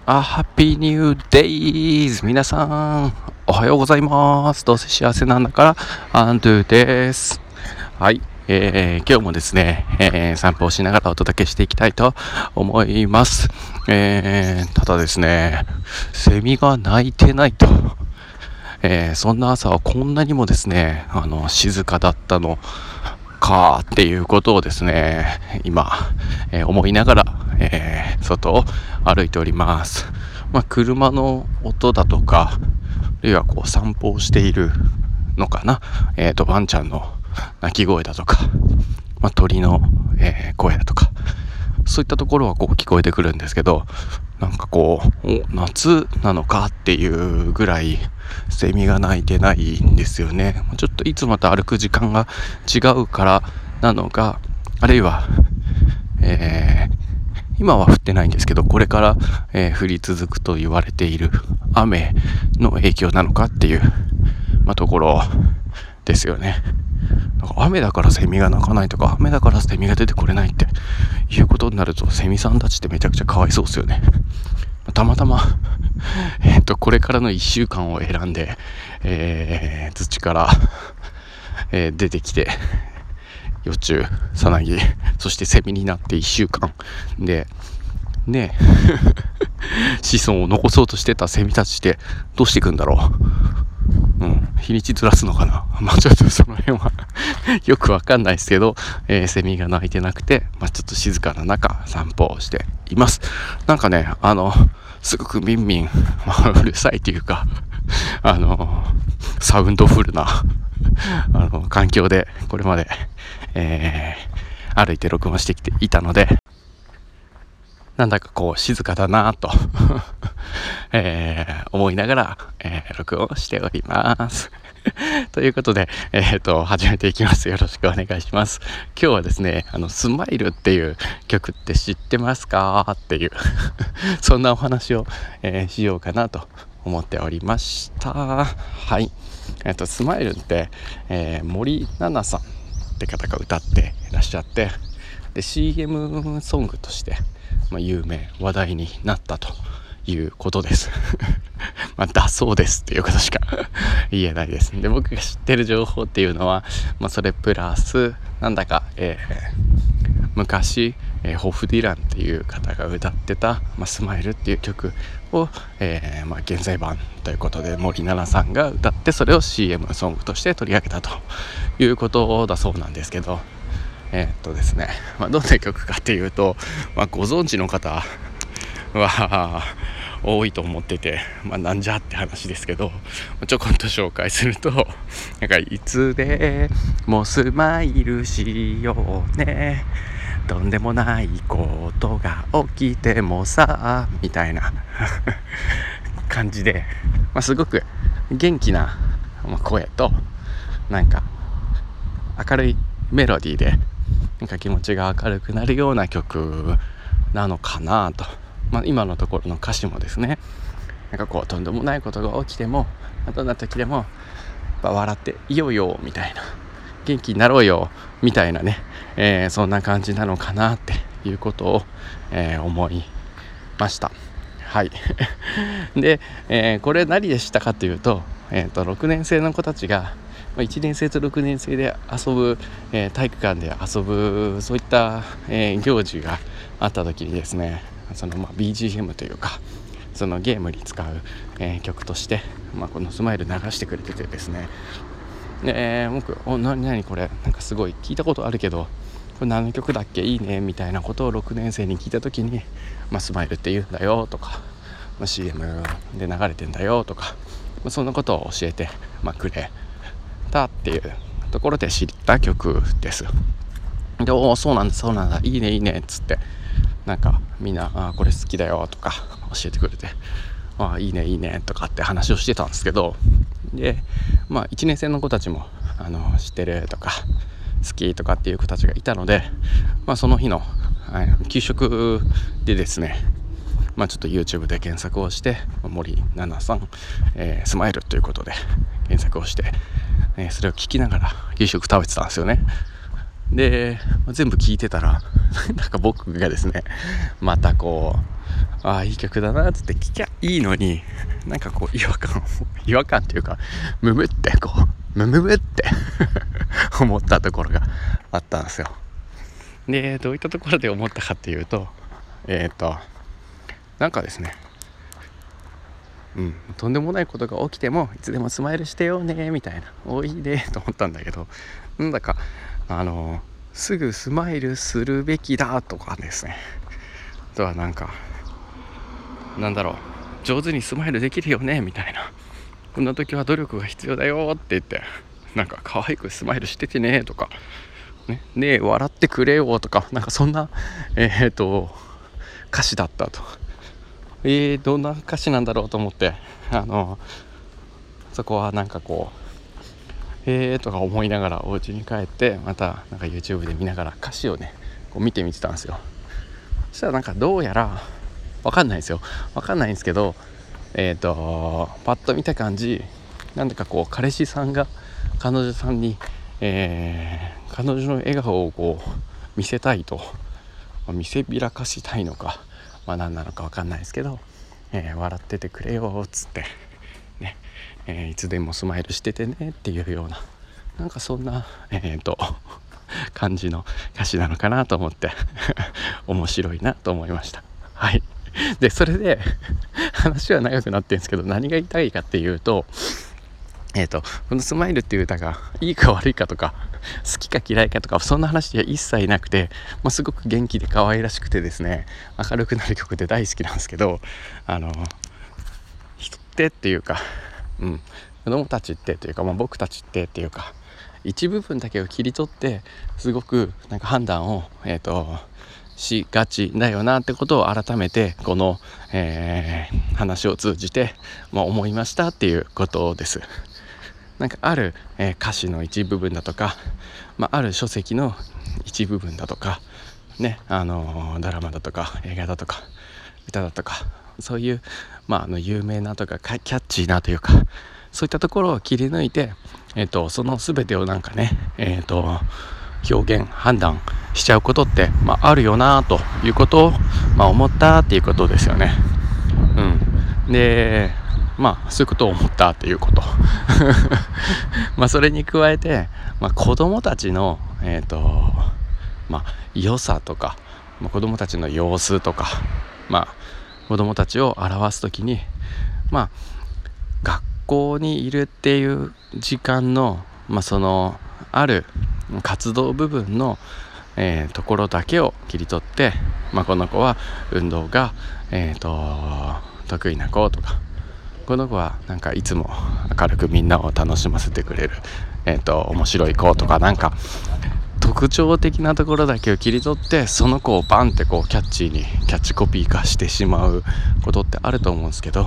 ハッピーニューデイズ。皆さんおはようございます。どうせ幸せなんだからアンドゥです。はい、今日もですね、散歩をしながらお届けしていきたいと思います。ただですね、セミが鳴いてないと、そんな朝はこんなにもですね静かだったのかっていうことをですね今、思いながら、外を歩いております。車の音だとか、あるいはこう散歩をしているのかな、ワンちゃんの鳴き声だとか、鳥の、声だとか、そういったところはこう聞こえてくるんですけど、なんかこう夏なのかっていうぐらいセミが鳴いてないんですよね。ちょっといつもと歩く時間が違うからなのか、あるいは、今は降ってないんですけど、これから、降り続くと言われている雨の影響なのかっていう、ところですよね。なんか雨だからセミが鳴かないとか、雨だからセミが出てこれないっていうことになると、セミさんたちってめちゃくちゃかわいそうですよね。たまたまこれからの1週間を選んで、土から、出てきて、幼虫、さなぎ、そしてセミになって1週間でね子孫を残そうとしてたセミたちってどうしていくんだろう。日にちずらすのかな。ちょっとその辺はよくわかんないですけど、セミが鳴いてなくて、ちょっと静かな中散歩をしています。なんかね、すごくミンミン、うるさいというかサウンドフルな環境でこれまで、歩いて録音してきていたので、なんだかこう静かだなと、思いながら、録音しておりますということで、始めていきます。よろしくお願いします。今日はですね、スマイルっていう曲って知ってますかっていうそんなお話を、しようかなと思っておりました。はい、スマイルって、森七菜さんって方が歌っていらっしゃって、で CM ソングとして有名、話題になったということですだそうですっていうことしか言えないです。で、僕が知ってる情報っていうのは、それプラスなんだか、昔、ホフ・ディランっていう方が歌ってた、スマイルっていう曲を、現在版ということで森七菜さんが歌って、それを CM ソングとして取り上げたということだそうなんですけど、ですね、どんな曲かっていうと、ご存知の方は多いと思ってて、なんじゃって話ですけど、ちょこっと紹介すると、なんかいつでもスマイルしようね、とんでもないことが起きてもさみたいな感じで、すごく元気な声と、なんか明るいメロディーで、なんか気持ちが明るくなるような曲なのかなと。今のところの歌詞もですね、なんかこうとんでもないことが起きても、どんな時でも笑っていようよみたいな、元気になろうよみたいなね、そんな感じなのかなっていうことを、思いました。はいで、これ何でしたかというと、6年生の子たちが1年生と6年生で遊ぶ、体育館で遊ぶ、そういった、行事があった時にですね、そのBGM というか、そのゲームに使う、曲として、このスマイル流してくれててですね、僕何これ、なんかすごい聞いたことあるけど、これ何の曲だっけ、いいねみたいなことを6年生に聞いた時に、スマイルって言うんだよとか、CM で流れてんだよとか、そんなことを教えて、くれたっていうところで知った曲です。で、そうなんだ、いいねっつって、なんかみんなこれ好きだよとか教えてくれて、いいねとかって話をしてたんですけど、で1年生の子たちも知ってるとか好きとかっていう子たちがいたので、その日の給食でですね、ちょっと YouTube で検索をして、森七菜さん、スマイルということで検索をして、それを聞きながら給食食べてたんですよね。 で全部聞いてたらなんか僕がですね、またこういい曲だなっつって聞きゃいいのに、なんかこう違和感っていうか、ムムって思ったところがあったんですよ。でどういったところで思ったかっていうと、なんかですね、とんでもないことが起きてもいつでもスマイルしてよねみたいな、おいでと思ったんだけど、なんだかすぐスマイルするべきだとかですね、あとはなんか上手にスマイルできるよねみたいな、こんな時は努力が必要だよって言って、なんか可愛くスマイルしててねとかねえ笑ってくれよとか、なんかそんな歌詞だったと。どんな歌詞なんだろうと思って、そこはなんかこうとか思いながらお家に帰って、またなんか YouTube で見ながら歌詞をねこう見てみてたんですよ。そしたらなんかどうやらわかんないんですけど、パッと見た感じ、なんだかこう彼氏さんが彼女さんに、彼女の笑顔をこう見せたいと、見せびらかしたいのか、何なのかわかんないですけど、笑っててくれよっつってね、いつでもスマイルしててねっていうような、なんかそんな感じの歌詞なのかなと思って面白いなと思いました。はい。でそれで話は長くなってるんですけど、何が言いたいかっていうと、このスマイルっていう歌がいいか悪いかとか好きか嫌いかとか、そんな話は一切なくて、すごく元気で可愛らしくてですね、明るくなる曲で大好きなんですけど、人っていうか、子供たちってというか、僕たちっていうか、一部分だけを切り取ってすごくなんか判断をしがちだよなってことを改めてこの、話を通じて、思いましたっていうことです。なんかある、歌詞の一部分だとか、ある書籍の一部分だとかね、ドラマだとか映画だとか歌だとか、そういう、有名なとかキャッチーなというか、そういったところを切り抜いて、その全てをなんかね、表現判断しちゃうことって、あるよなということを、思ったっていうことですよね。でそういうことを思ったっていうことそれに加えて、子供たちの良さとか、子供たちの様子とか、子供たちを表すときに、学校にいるっていう時間の、そのある活動部分の、ところだけを切り取って、この子は運動が、得意な子とか、この子はなんかいつも明るくみんなを楽しませてくれる、面白い子とか、なんか特徴的なところだけを切り取って、その子をバンってこうキャッチーにキャッチコピー化してしまうことってあると思うんですけど、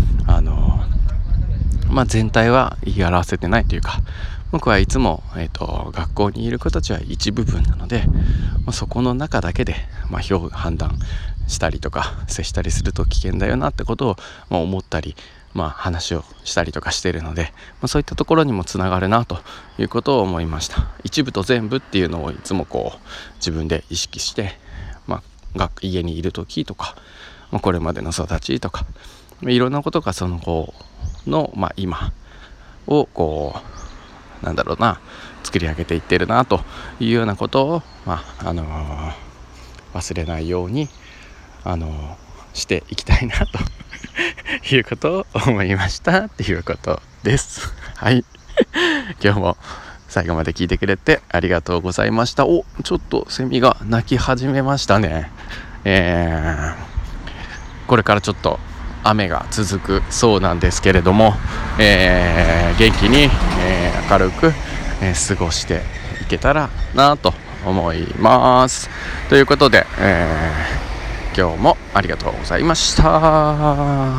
全体は言い表せてないというか、僕はいつも、学校にいる子たちは一部分なので、そこの中だけで、判断したりとか接したりすると危険だよなってことを、思ったり、話をしたりとかしているので、そういったところにもつながるなということを思いました。一部と全部っていうのをいつもこう自分で意識して、家にいる時とか、これまでの育ちとか、いろんなことがその子の、今をこう作り上げていってるなというようなことを、忘れないようにしていきたいなということを思いましたっていうことです。はい。今日も最後まで聞いてくれてありがとうございました。ちょっとセミが鳴き始めましたね。これからちょっと雨が続くそうなんですけれども、元気に、明るく、過ごしていけたらなと思います。ということで、今日もありがとうございました。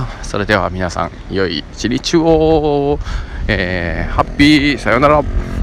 それでは皆さん良い一日を、ハッピーさよなら。